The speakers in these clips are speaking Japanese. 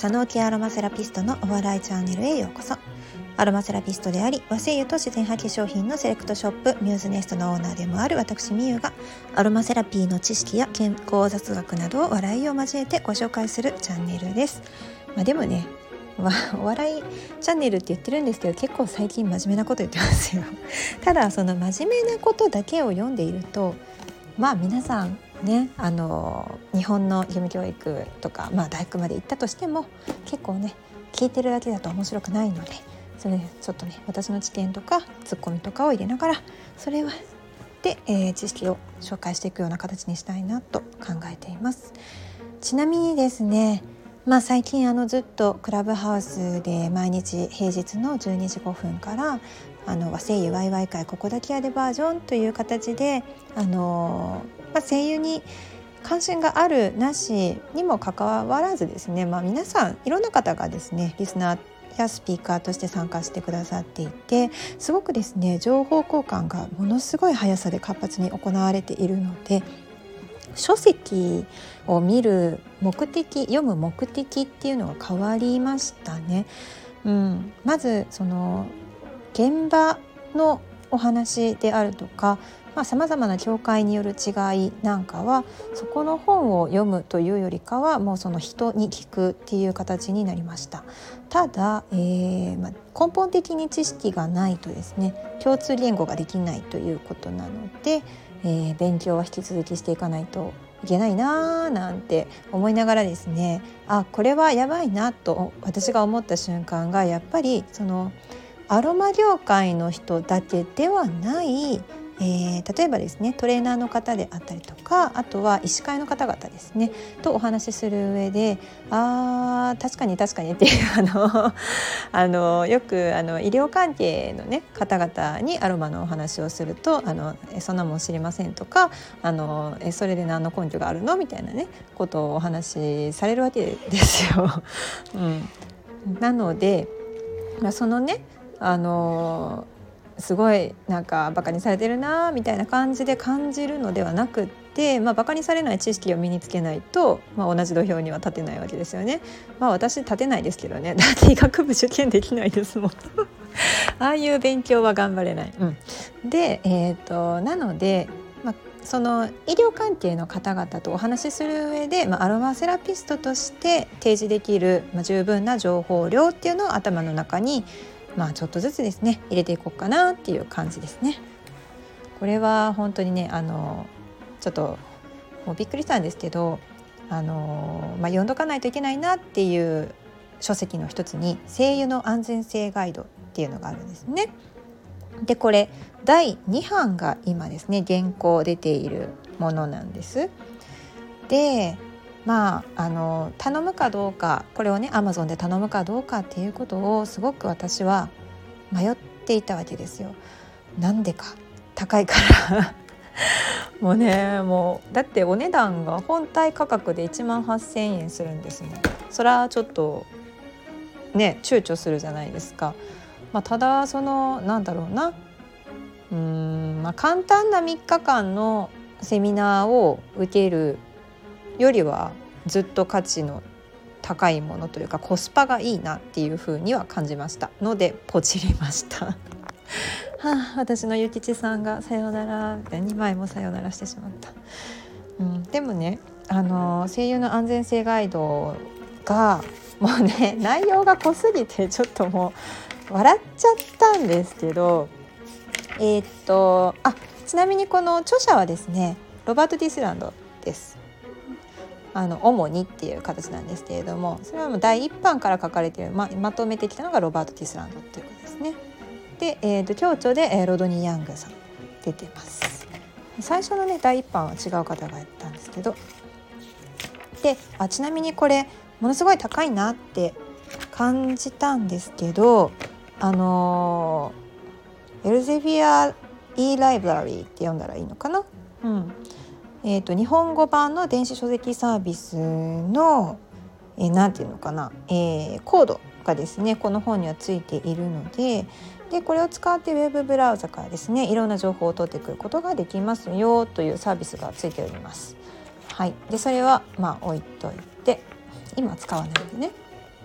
佐野家アロマセラピストのお笑いチャンネルへようこそ。アロマセラピストであり和精油と自然派化粧品のセレクトショップミューズネストのオーナーでもある私みゆがアロマセラピーの知識や健康雑学などを笑いを交えてご紹介するチャンネルです。でもね、お笑いチャンネルって言ってるんですけど、結構最近真面目なこと言ってますよ。ただその真面目なことだけを読んでいると、皆さんね、日本の義務教育とか、大学まで行ったとしても結構ね、聞いてるだけだと面白くないので、それちょっとね、私の知見とかツッコミとかを入れながら、それで、知識を紹介していくような形にしたいなと考えています。ちなみにですね、最近ずっとクラブハウスで毎日平日の12時5分から和声優ワイワイ会ここだけやでバージョンという形で声優に関心があるなしにもかかわらずですね、皆さんいろんな方がですねリスナーやスピーカーとして参加してくださっていて、すごくですね情報交換がものすごい速さで活発に行われているので、書籍を見る目的、読む目的っていうのが変わりましたね。まずその現場のお話であるとか、様々な教会による違いなんかはそこの本を読むというよりかはもうその人に聞くっていう形になりました。ただ、根本的に知識がないとですね、共通言語ができないということなので、勉強は引き続きしていかないといけないななんて思いながらですね、これはやばいなと私が思った瞬間が、やっぱりそのアロマ業界の人だけではない、例えばですねトレーナーの方であったりとか、あとは医師会の方々ですねとお話しする上で、確かにっていうよく医療関係の、方々にアロマのお話をすると、そんなもん知りませんとか、それで何の根拠があるのみたいなねことをお話しされるわけですよ。なので、そのねすごいバカにされてるなみたいな感じで感じるのではなくって、バカにされない知識を身につけないと、同じ土俵には立てないわけですよね。私立てないですけどね、だって医学部受験できないですもんああいう勉強は頑張れない、で、なので、その医療関係の方々とお話しする上で、アロマセラピストとして提示できる、十分な情報量っていうのを頭の中にちょっとずつですね入れていこうかなっていう感じですね。これは本当にねちょっともうびっくりしたんですけど、読んどかないといけないなっていう書籍の一つに声優の安全性ガイドっていうのがあるんですね。でこれ第2版が今ですね現行出ているものなんです。で頼むかどうか、これをね Amazon で頼むかどうかっていうことをすごく私は迷っていたわけですよ。なんでか、高いからもうだってお値段が本体価格で18,000円するんですもん。それはちょっとね躊躇するじゃないですか。ただその簡単な3日間のセミナーを受けるよりはずっと価値の高いものというかコスパがいいなっていう風には感じましたのでポチりました私のゆきちさんがさよなら2枚もさよならしてしまった、でもね声優の安全性ガイドがもうね内容が濃すぎてちょっともう笑っちゃったんですけど、ちなみにこの著者はですねロバート・ディスランドです。主にっていう形なんですけれども、それはもう第1版から書かれている、まとめてきたのがロバート・ディスランドということですね。で、共著で、ロドニー・ヤングさん出てます。最初のね第1版は違う方がやったんですけど、でちなみにこれものすごい高いなって感じたんですけど、エルゼビア E ライブラリーって読んだらいいのかな、日本語版の電子書籍サービスの、なんていうのかな、コードがですねこの本にはついているので、これを使ってウェブブラウザからですねいろんな情報を取ってくることができますよというサービスがついております。でそれは置いといて、今使わないんでね。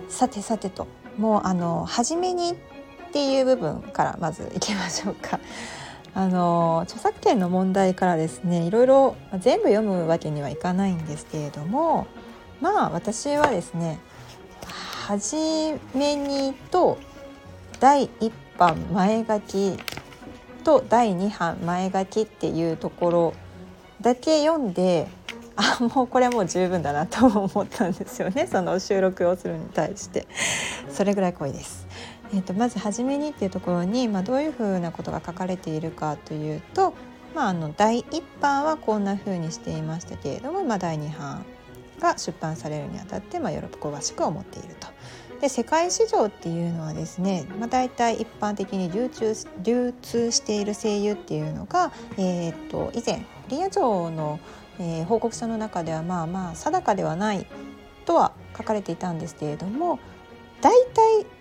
さてさてと、もう初めにっていう部分からまずいきましょうか。著作権の問題からですね、いろいろ全部読むわけにはいかないんですけれども、私はですね、はじめにと第1版前書きと第2版前書きっていうところだけ読んで、もうこれはもう十分だなと思ったんですよね。その収録をするに対してそれぐらい濃いです。まずはじめにっていうところに、どういうふうなことが書かれているかというと、第1版はこんなふうにしていましたけれども、第2版が出版されるにあたって、喜ばしく思っていると。で、世界市場っていうのはですね、だいたい一般的に流通している声優っていうのが、以前林野庁の、報告書の中では定かではないとは書かれていたんですけれども、だいたい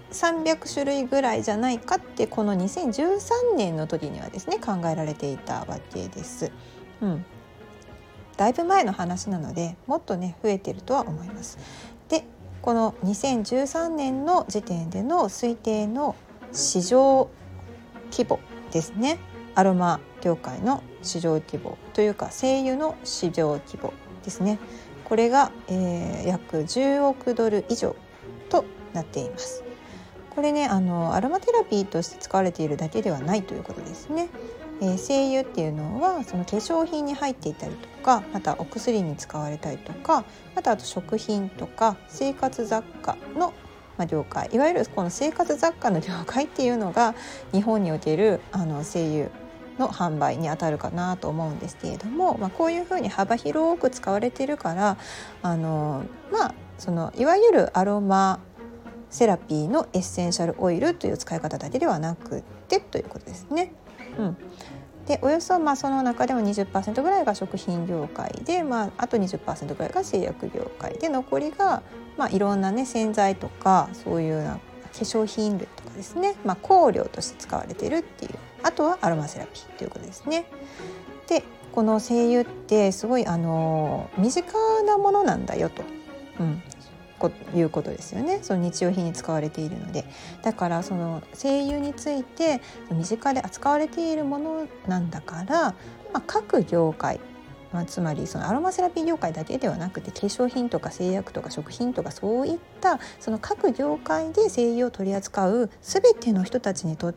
300種類ぐらいじゃないかってこの2013年の時にはですね考えられていたわけです。だいぶ前の話なのでもっとね増えているとは思います。で、この2013年の時点での推定の市場規模ですね、アロマ業界の市場規模というか声優の市場規模ですね、これが、約10億ドル以上となっています。これね、アロマテラピーとして使われているだけではないということですね。精油っていうのはその化粧品に入っていたりとか、またお薬に使われたりとか、あと食品とか生活雑貨の業界、いわゆるこの生活雑貨の業界っていうのが日本における精油の販売に当たるかなと思うんですけれども、こういうふうに幅広く使われているからそのいわゆるアロマセラピーのエッセンシャルオイルという使い方だけではなくってということですね。で、およそその中でも 20% ぐらいが食品業界で、あと 20% ぐらいが製薬業界で、残りがいろんなね洗剤とかそういう化粧品類とかですね、香料として使われているっていう、あとはアロマセラピーということですね。で、この精油ってすごい身近なものなんだよと、いうことですよね。その日用品に使われているので、だからその精油について身近で扱われているものなんだから、各業界、つまりそのアロマセラピー業界だけではなくて、化粧品とか製薬とか食品とかそういったその各業界で精油を取り扱う全ての人たちにとって、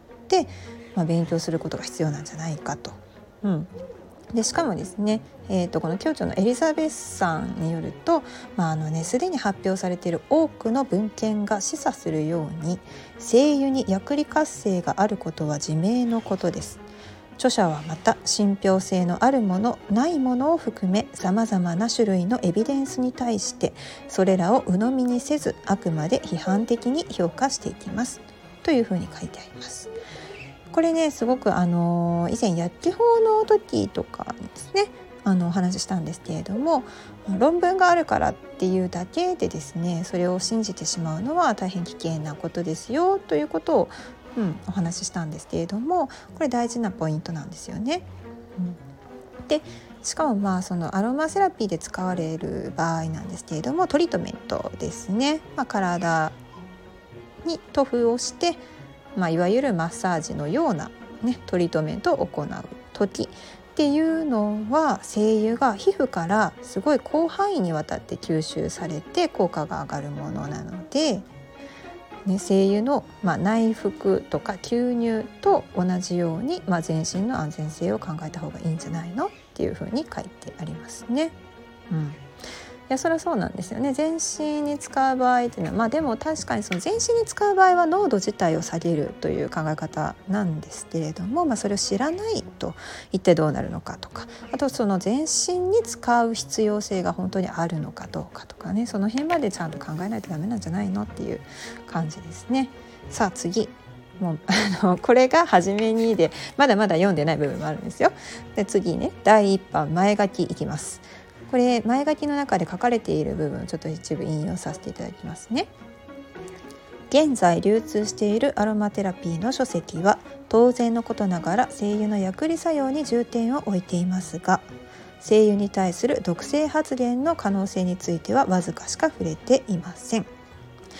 勉強することが必要なんじゃないかと。でしかもですね、この教著のエリザベスさんによると、すでに発表されている多くの文献が示唆するように、精油に薬理活性があることは自明のことです。著者はまた信憑性のあるものないものを含め、さまざまな種類のエビデンスに対してそれらを鵜呑みにせず、あくまで批判的に評価していきますというふうに書いてあります。これね、すごく以前薬機法の時とかにですねお話ししたんですけれども、論文があるからっていうだけでですねそれを信じてしまうのは大変危険なことですよということを、お話ししたんですけれども、これ大事なポイントなんですよね。でしかもそのアロマセラピーで使われる場合なんですけれども、トリートメントですね、体に塗布をしていわゆるマッサージのような、トリートメントを行う時っていうのは、精油が皮膚からすごい広範囲にわたって吸収されて効果が上がるものなので、精油の、内服とか吸入と同じように、全身の安全性を考えた方がいいんじゃないのっていうふうに書いてありますね。いや、そりゃそうなんですよね。全身に使う場合っていうのは、でも確かにその全身に使う場合は濃度自体を下げるという考え方なんですけれども、それを知らないと一体どうなるのかとか、あとその全身に使う必要性が本当にあるのかどうかとかね、その辺までちゃんと考えないとダメなんじゃないのっていう感じですね。さあ次、もうこれが初めにでまだまだ読んでない部分もあるんですよ。で次ね、第1版前書きいきます。これ前書きの中で書かれている部分をちょっと一部引用させていただきますね。現在流通しているアロマテラピーの書籍は当然のことながら精油の薬理作用に重点を置いていますが、精油に対する毒性発現の可能性についてはわずかしか触れていません。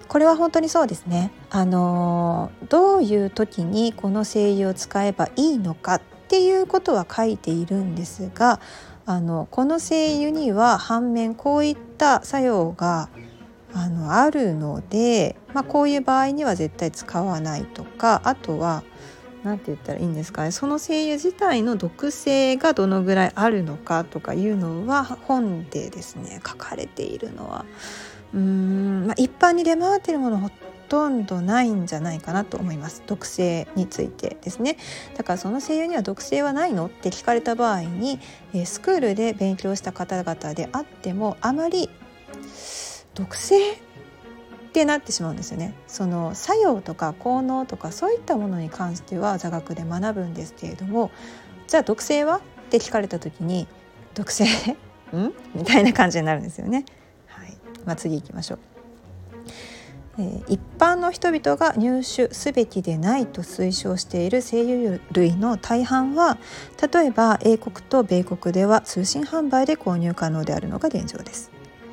これは本当にそうですね。どういう時にこの精油を使えばいいのかっていうことは書いているんですが、この精油には反面こういった作用があるので、こういう場合には絶対使わないとか、あとは何て言ったらいいんですかね、その精油自体の毒性がどのぐらいあるのかとかいうのは本でですね書かれているのは一般に出回っているものほとんどないんじゃないかなと思います。毒性についてですね。だからその精油には毒性はないのって聞かれた場合に、スクールで勉強した方々であってもあまり毒性ってなってしまうんですよね。その作用とか効能とかそういったものに関しては座学で学ぶんですけれども、じゃあ毒性はって聞かれた時に毒性みたいな感じになるんですよね。はい。次行きましょう。一般の人々が入手すべきでないと推奨している精油類の大半は、例えば英国と米国では通信販売で購入可能であるのが現状です。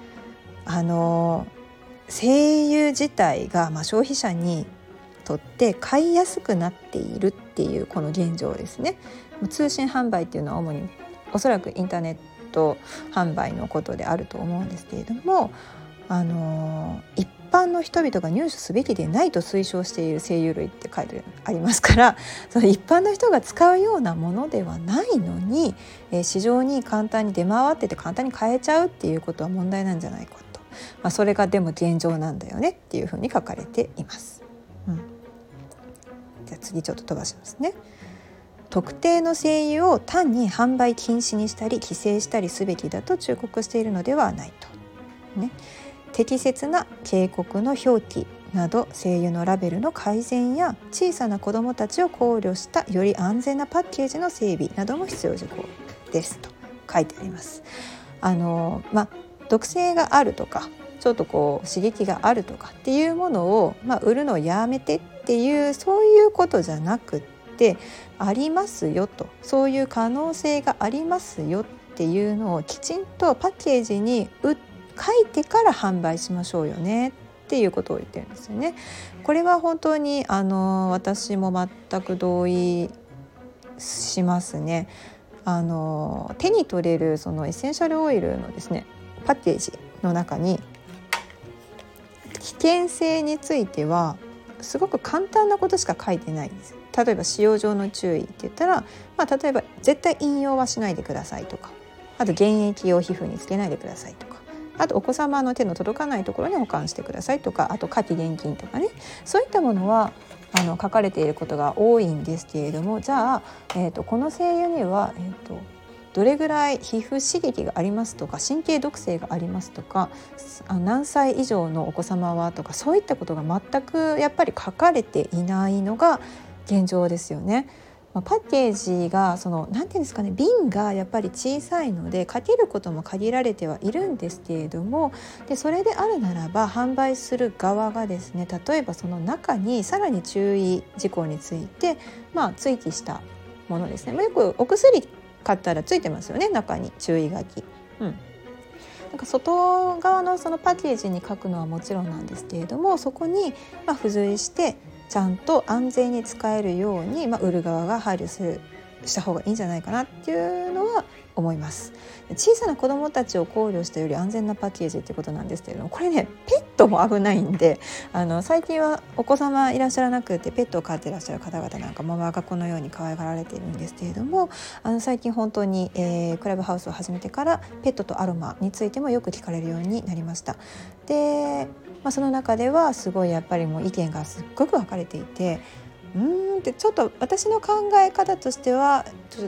精油自体が、消費者にとって買いやすくなっているっていうこの現状ですね。通信販売っていうのは主におそらくインターネット販売のことであると思うんですけれども、一般の人々が入手すべきでないと推奨している精油類って書いてありますから、その一般の人が使うようなものではないのに、市場に簡単に出回ってて簡単に買えちゃうっていうことは問題なんじゃないかと、それがでも現状なんだよねっていうふうに書かれています。じゃあ次ちょっと飛ばしますね。特定の精油を単に販売禁止にしたり規制したりすべきだと忠告しているのではないと、適切な警告の表記など精油のラベルの改善や小さな子どもたちを考慮したより安全なパッケージの整備なども必要事項ですと書いてあります。毒性があるとかちょっと刺激があるとかっていうものを、売るのをやめてっていうそういうことじゃなくってありますよと、そういう可能性がありますよっていうのをきちんとパッケージに書いてから販売しましょうよねっていうことを言ってるんですよね。これは本当に私も全く同意しますね。手に取れるそのエッセンシャルオイルのですねパッケージの中に危険性についてはすごく簡単なことしか書いてないんです。例えば使用上の注意って言ったら、例えば絶対飲用はしないでくださいとか、あと原液を皮膚につけないでくださいとか、あとお子様の手の届かないところに保管してくださいとか、あと火気厳禁とかね、そういったものは書かれていることが多いんですけれども、じゃあ、この精油には、どれぐらい皮膚刺激がありますとか神経毒性がありますとか何歳以上のお子様はとか、そういったことが全くやっぱり書かれていないのが現状ですよね。パッケージがなんていうんですかね、瓶がやっぱり小さいのでかけることも限られてはいるんですけれども、でそれであるならば販売する側がですね、例えばその中にさらに注意事項について追記したものですね。よくお薬買ったらついてますよね、中に注意書き。なんか外側のそのパッケージに書くのはもちろんなんですけれども、そこに付随してちゃんと安全に使えるように、売る側が配慮した方がいいんじゃないかなっていうのは思います。小さな子どもたちを考慮したより安全なパッケージっていうことなんですけれども、これねペットも危ないんで、最近はお子様いらっしゃらなくてペットを飼っていらっしゃる方々なんかも我が子のように可愛がられているんですけれども、最近本当に、クラブハウスを始めてからペットとアロマについてもよく聞かれるようになりました。で、その中ではすごいやっぱりもう意見がすっごく分かれていて、でちょっと私の考え方としては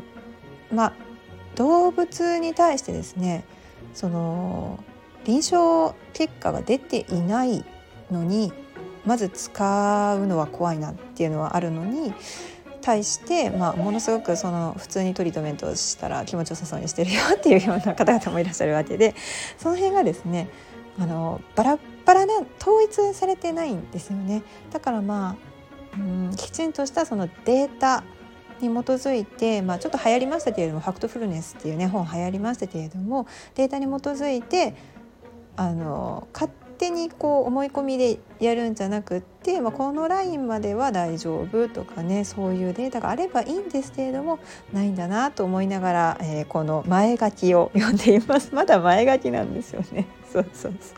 動物に対してですね、その臨床結果が出ていないのにまず使うのは怖いなっていうのはあるのに対して、ものすごく普通にトリートメントをしたら気持ちよさそうにしてるよっていうような方々もいらっしゃるわけで、その辺がですねバラバラな統一されてないんですよね。だからきちんとしたそのデータに基づいて、ちょっと流行りましたけれども、ファクトフルネスっていうね本流行りましたけれども、データに基づいて買っ手にこう思い込みでやるんじゃなくって、このラインまでは大丈夫とかね、そういうデータがあればいいんですけれども、ないんだなと思いながら、この前書きを読んでいます。まだ前書きなんですよね。そうそうそう、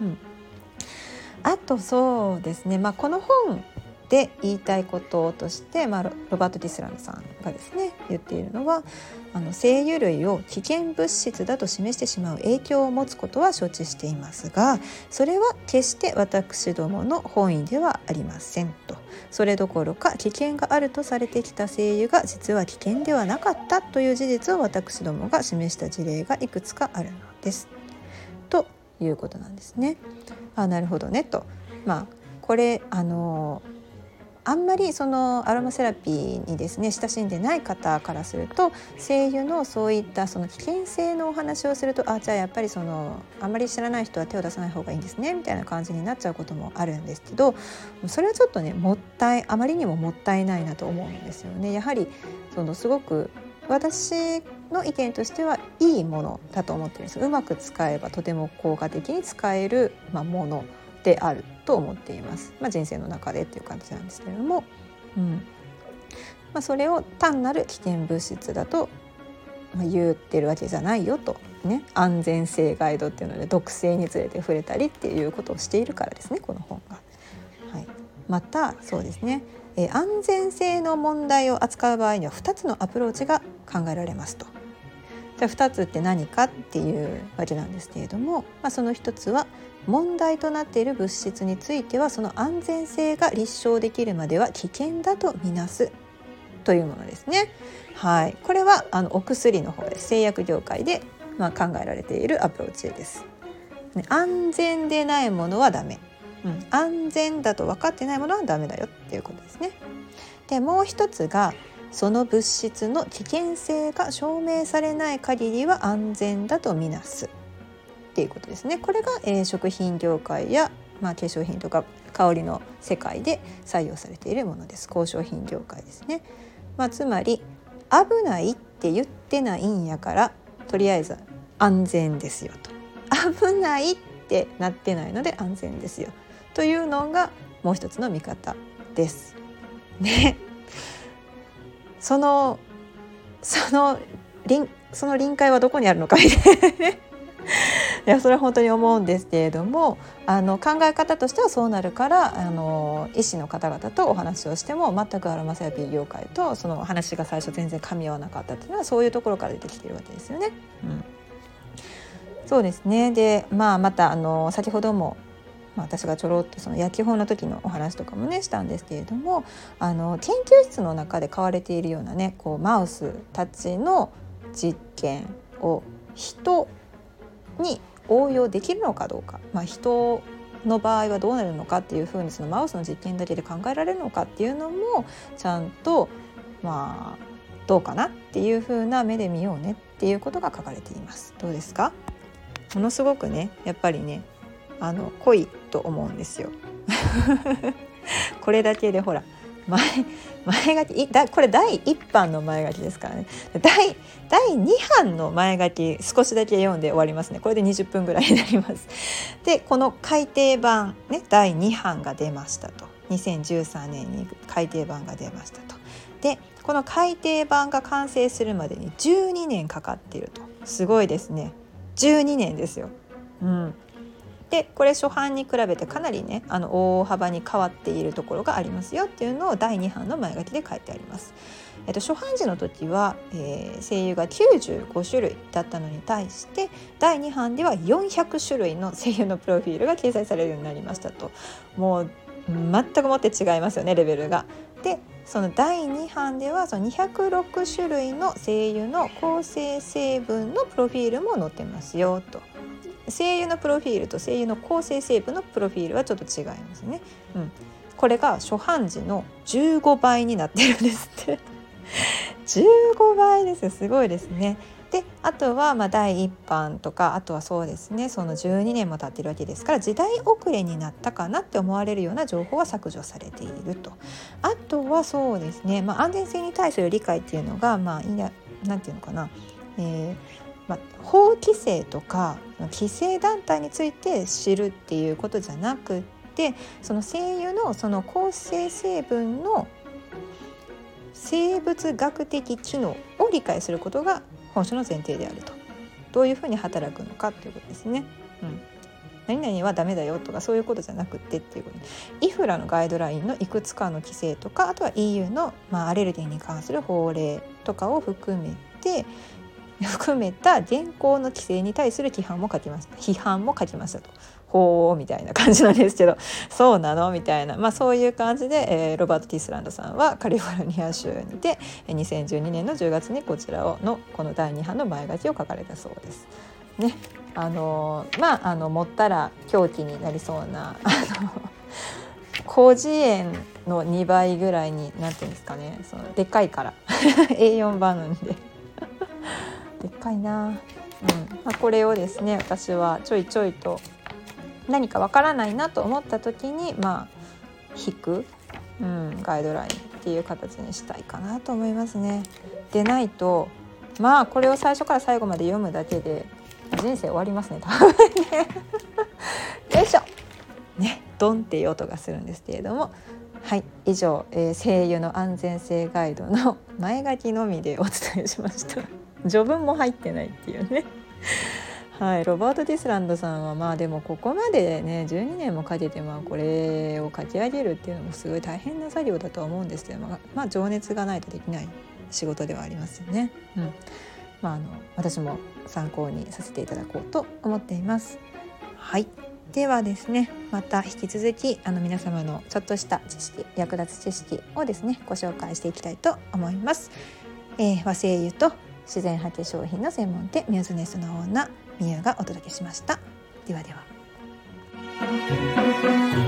あとそうですね、この本で言いたいこととして、ロバート・ディスラムさんがですね言っているのは、生油類を危険物質だと示してしまう影響を持つことは承知していますが、それは決して私どもの本意ではありませんと。それどころか危険があるとされてきた精油が実は危険ではなかったという事実を私どもが示した事例がいくつかあるのですということなんですね。なるほどねと。これあんまりそのアロマセラピーにですね親しんでない方からすると、精油のそういったその危険性のお話をすると、じゃあやっぱりあんまり知らない人は手を出さない方がいいんですねみたいな感じになっちゃうこともあるんですけど、それはちょっとねあまりにももったいないなと思うんですよね。やはりすごく私の意見としてはいいものだと思ってるんです。うまく使えばとても効果的に使える、ものであると思っています。人生の中でっていう感じなんですけれども、それを単なる危険物質だと、言ってるわけじゃないよとね、安全性ガイドっていうので毒性につれて触れたりっていうことをしているからですね、この本が。またそうですね、安全性の問題を扱う場合には2つのアプローチが考えられますと。じゃあ2つって何かっていうわけなんですけれども、その1つは問題となっている物質についてはその安全性が立証できるまでは危険だとみなすというものですね。これはお薬の方です。製薬業界で考えられているアプローチです。安全でないものはダメ、安全だと分かってないものはダメだよっていうことですね。でもう一つがその物質の危険性が証明されない限りは安全だとみなすっていうことですね。これが、食品業界や、化粧品とか香りの世界で採用されているものです。工商品業界ですね。つまり危ないって言ってないんやからとりあえず安全ですよと。危ないってなってないので安全ですよというのがもう一つの見方ですね。その臨界はどこにあるのかみたいなねいやそれは本当に思うんですけれども、考え方としてはそうなるから、医師の方々とお話をしても全くアロマセラピー業界とその話が最初全然噛み合わなかったっていうのはそういうところから出てきているわけですよね。そうですね。で、また先ほども私がちょろっとその焼き法の時のお話とかもねしたんですけれども、研究室の中で飼われているようなねマウスたちの実験を人に応用できるのかどうか、人の場合はどうなるのかっていうふうにそのマウスの実験だけで考えられるのかっていうのもちゃんとどうかなっていうふうな目で見ようねっていうことが書かれています。どうですか？ものすごくねやっぱりね濃いと思うんですよこれだけでほら前書きこれ第1版の前書きですからね。第2版の前書き少しだけ読んで終わりますね。これで20分ぐらいになります。でこの改訂版ね第2版が出ましたと。2013年に改訂版が出ましたと。でこの改訂版が完成するまでに12年かかっていると。すごいですね。12年ですよ。でこれ初版に比べてかなりね大幅に変わっているところがありますよっていうのを第2版の前書きで書いてあります。初版時の時は、精油が95種類だったのに対して第2版では400種類の精油のプロフィールが掲載されるようになりましたと。もう全くもって違いますよねレベルが。でその第2版ではその206種類の精油の構成成分のプロフィールも載ってますよと。精油のプロフィールと精油の構成成分のプロフィールはちょっと違いますね。これが初版時の15倍になってるんですって15倍ですよ。すごいですね。であとは第1版とかあとはそうですねその12年も経ってるわけですから時代遅れになったかなって思われるような情報は削除されていると。あとはそうですね、安全性に対する理解っていうのがなんていうのかな、 法規制とか規制団体について知るっていうことじゃなくって、その精油のその構成成分の生物学的機能を理解することが本書の前提であると。どういうふうに働くのかということですね。何々はダメだよとかそういうことじゃなくてっていうこと。イフラのガイドラインのいくつかの規制とか、あとは EU の、アレルギーに関する法令とかを含めた現行の規制に対する批判も書きましたと。ほーみたいな感じなんですけど、そうなのみたいな、そういう感じで、ロバート・ティスランドさんはカリフォルニア州にて2012年の10月にこちらのこの第2版の前書きを書かれたそうですね。持ったら狂気になりそうな広辞苑の2倍ぐらいになんていうんですかね、そのでっかいから A4 版なんででっかいな、これをですね、私はちょいちょいと何かわからないなと思った時に引く、ガイドラインっていう形にしたいかなと思いますね。でないとこれを最初から最後まで読むだけで人生終わりますね多分ねよいしょね、ドンっていう音がするんですけれども、以上、精油の安全性ガイドの前書きのみでお伝えしました序文も入ってないっていうねロバート・ディスランドさんはでもここまでね12年もかけてこれを書き上げるっていうのもすごい大変な作業だとは思うんですけど、情熱がないとできない仕事ではありますよね。私も参考にさせていただこうと思っています。ではですね、また引き続き皆様のちょっとした知識、役立つ知識をですねご紹介していきたいと思います。和精油と自然派化粧品の専門店ミューズネスのオーナーみゆがお届けしました。ではでは。